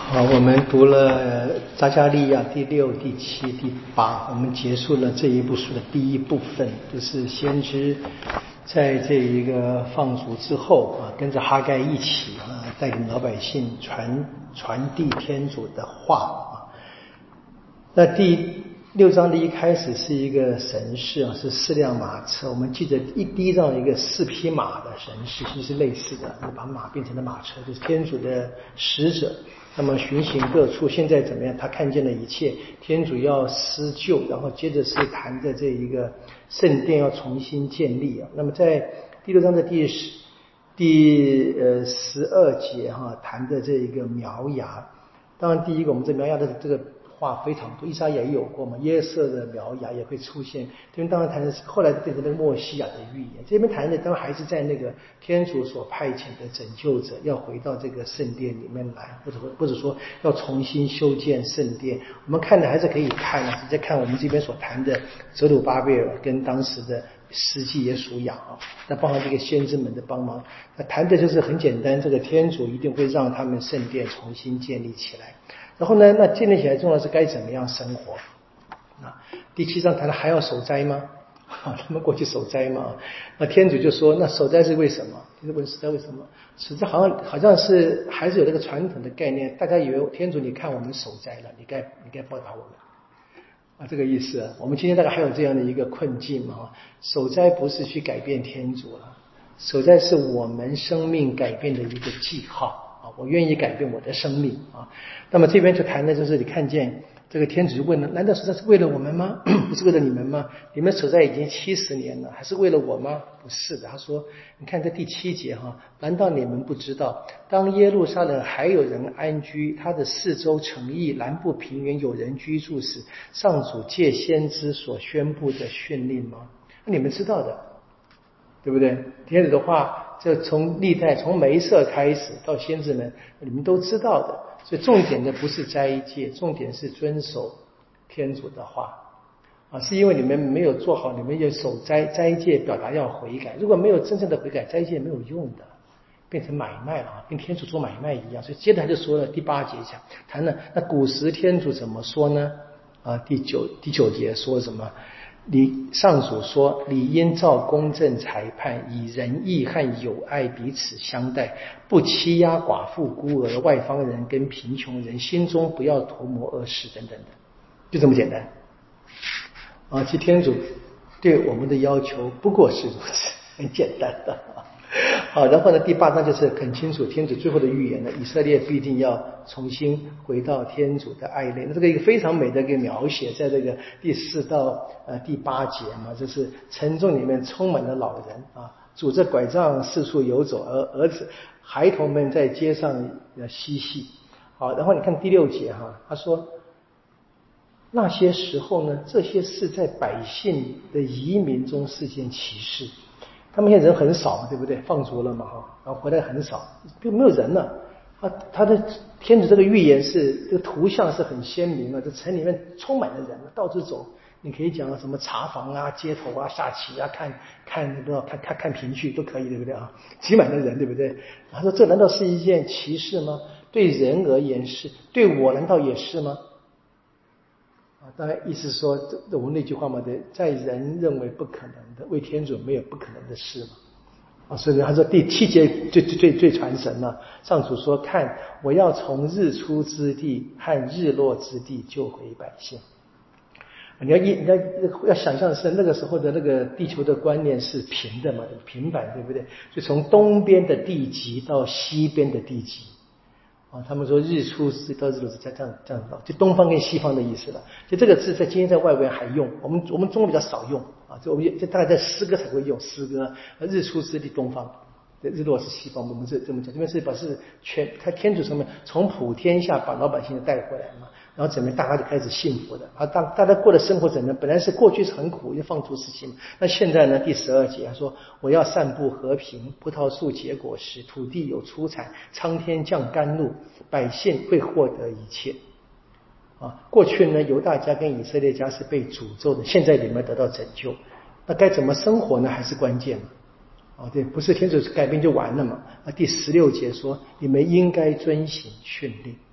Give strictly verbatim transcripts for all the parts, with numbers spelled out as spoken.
好，我们读了撒迦利亚第六、第七、第八，我们结束了这一部书的第一部分，就是先知在这一个放逐之后啊，跟着哈该一起啊，带领老百姓传传递天主的话啊。那第六章的一开始是一个神事啊，是四辆马车。我们记得一第一章一个四匹马的神事，其实是类似的，把马变成了马车，就是天主的使者。那么巡行各处，现在怎么样？他看见了一切，天主要施救，然后接着是谈的这一个圣殿要重新建立啊。那么在第六章的第十第呃十二节哈、啊，谈的这一个苗芽。当然，第一个我们这苗芽的这个话非常多，以赛亚也有过嘛，耶色的苗芽也会出现。这边当然谈的是后来变成那个默西亚的预言，这边谈的当然还是在那个天主所派遣的拯救者要回到这个圣殿里面来，或者或者说要重新修建圣殿。我们看的还是可以看的，直接看我们这边所谈的泽鲁巴贝尔跟当时的实际也属雅啊，那包含这个先知们的帮忙，那谈的就是很简单，这个天主一定会让他们圣殿重新建立起来。然后呢，那建立起来重要是该怎么样生活啊？第七章谈的还要守斋吗？啊，他们过去守斋嘛，那天主就说，那守斋是为什么？就是问守斋为什么？守斋好像好像是还是有这个传统的概念，大家以为天主你看我们守斋了，你该你该报答我们。啊，这个意思啊，我们今天大概还有这样的一个困境嘛。守斋不是去改变天主了，守斋是我们生命改变的一个记号啊。我愿意改变我的生命啊。那么这边就谈的就是你看见这个天主就问了：难道守斋是为了我们吗？不是为了你们吗？你们守斋已经七十年了，还是为了我吗？不是的。他说：你看这第七节哈，难道你们不知道，当耶路撒冷还有人安居，他的四周城邑、南部平原有人居住时，上主借先知所宣布的训令吗？那你们知道的，对不对？天主的话，这从历代从梅瑟开始到先知们，你们都知道的。所以重点的不是斋戒，重点是遵守天主的话啊，是因为你们没有做好，你们要守斋斋戒，表达要悔改。如果没有真正的悔改，斋戒没有用的，变成买卖了啊，跟天主做买卖一样。所以接着他就说了第八节讲谈了，那古时天主怎么说呢？啊，第九第九节说什么？你上主说，理应照公正裁判，以仁义和友爱彼此相待，不欺压寡妇孤儿、外方人跟贫穷人，心中不要图谋恶事等等的，就这么简单啊！其实天主对我们的要求不过是如此，很简单的。好，然后呢，第八章就是很清楚天主最后的预言了，以色列必定要重新回到天主的爱恋。那这个一个非常美的一个描写，在这个第四到呃第八节嘛，就是城中里面充满了老人啊，拄着拐杖四处游走，而儿子孩童们在街上嬉戏。好，然后你看第六节哈，他说那些时候呢，这些事在百姓的移民中是件奇事。他们现在人很少，对不对？放逐了嘛，哈，然后回来很少，就没有人了。啊，他的天主这个预言是这个图像是很鲜明啊，这城里面充满了人，到处走，你可以讲什么茶房啊、街头啊、下棋啊、看看那个看看看评剧都可以，对不对啊？挤满了人，对不对？他说这难道是一件奇事吗？对人而言是，对我难道也是吗？啊，当然意思说，这我们那句话嘛，对，在人认为不可能的，为天主没有不可能的事嘛。啊，所以他说第七节最最最最传神了。上主说：“看，我要从日出之地和日落之地救回百姓。”你要一你要要想象的是，那个时候的那个地球的观念是平的嘛，平板，对不对？就从东边的地极到西边的地极。啊，他们说日出是到日落是这样这样的，就东方跟西方的意思了。就这个字在今天在外文还用，我们我们中国比较少用啊，这我们这大概在诗歌才会用诗歌。日出之地东方，日落是西方，我们是这么讲。这边是把是全他天主层面从普天下把老百姓带回来嘛，然后怎么大家就开始幸福的啊，大大家过的生活怎么？本来是过去是很苦，要放逐时期嘛，那现在呢？第十二节他说：“我要散布和平，葡萄树结果实，土地有出产，苍天降甘露，百姓会获得一切。”啊，过去呢，犹大家跟以色列家是被诅咒的，现在你们得到拯救，那该怎么生活呢？还是关键嘛。哦，对，不是天主改变就完了嘛？啊，第十六节说，你们应该遵行训令。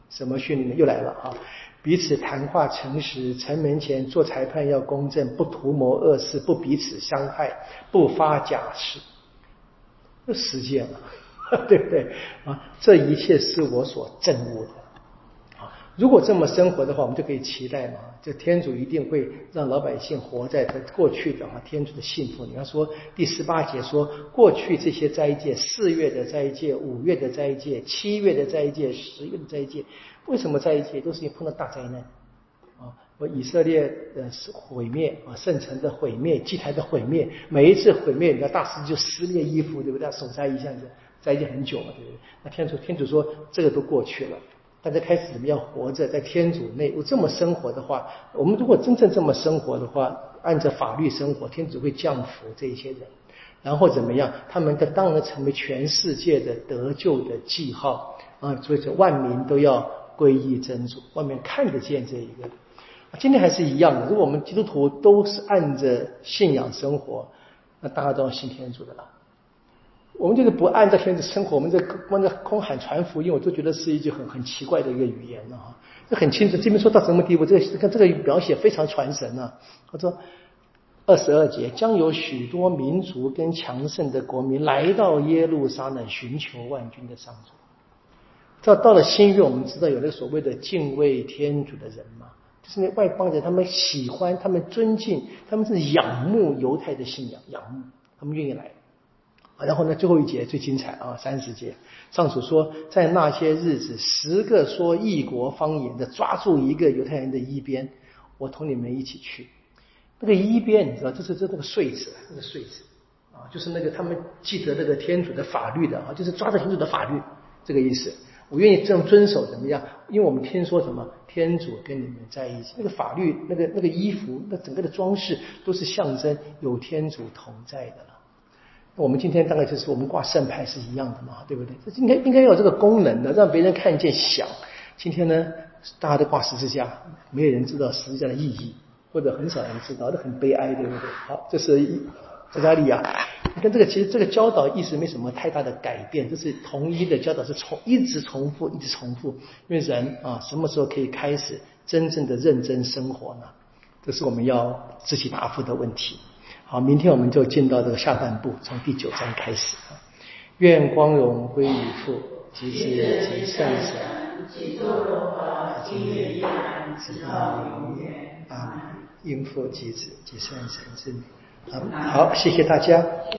什么训练又来了啊？彼此谈话诚实，城门前做裁判要公正，不图谋恶事，不彼此伤害，不发假誓。这实践了，对不对啊？这一切是我所证悟的啊！如果这么生活的话，我们就可以期待嘛，就天主一定会让老百姓活在他过去的啊天主的幸福。你看说第十八节说，过去这些斋戒，四月的斋戒、五月的斋戒、七月的斋戒、十月的斋戒，为什么斋戒？都是因为碰到大灾难啊！我以色列的毁灭啊，圣城的毁灭，祭台的毁灭，每一次毁灭，你知道大师就撕裂衣服，对不对？手摘一下子，摘已经很久了，对不对？那天主天主说这个都过去了，大家开始怎么样活着在天主内？我这么生活的话，我们如果真正这么生活的话，按照法律生活，天主会降福这一些人，然后怎么样？他们的当然成为全世界的得救的记号啊！所以说万民都要皈依真主，外面看得见这一个。今天还是一样的，如果我们基督徒都是按着信仰生活，那大家都要信天主的了。我们就是不按照天主生活，我们这光着空喊传福音，我都觉得是一句很很奇怪的一个语言了哈。这很清楚，这边说到什么地步？这个看这个描写非常传神啊。他说二十二节，将有许多民族跟强盛的国民来到耶路撒冷寻求万军的上主。到到了新约，我们知道有那个所谓的敬畏天主的人嘛。就是那外邦人，他们喜欢，他们尊敬，他们是仰慕犹太的信仰，仰慕，他们愿意来。然后呢，最后一节最精彩啊，三十节，上主说，在那些日子，十个说异国方言的抓住一个犹太人的衣边，我同你们一起去。那个衣边，你知道，就是这那个穗子，那个穗子啊，就是那个他们记得那个天主的法律的啊，就是抓着天主的法律，这个意思。我愿意这样遵守怎么样？因为我们听说什么，天主跟你们在一起，那个法律、那个那个衣服、那整个的装饰，都是象征有天主同在的了。我们今天大概就是我们挂圣牌是一样的嘛，对不对？这应该应该有这个功能的，让别人看见想。今天呢，大家都挂十字架，没有人知道十字架的意义，或者很少人知道，这很悲哀，对不对？好，这是扎加利亚。你看这个，其实这个教导意思没什么太大的改变，这是同一的教导，是重一直重复，一直重复。因为人啊，什么时候可以开始真正的认真生活呢？这是我们要自己答复的问题。好，明天我们就进到这个下半部，从第九章开始。愿光荣归于父及子及圣神， 基督荣华，今日依然，直到永远。 啊，应父及子及圣神之名。好，谢谢大家。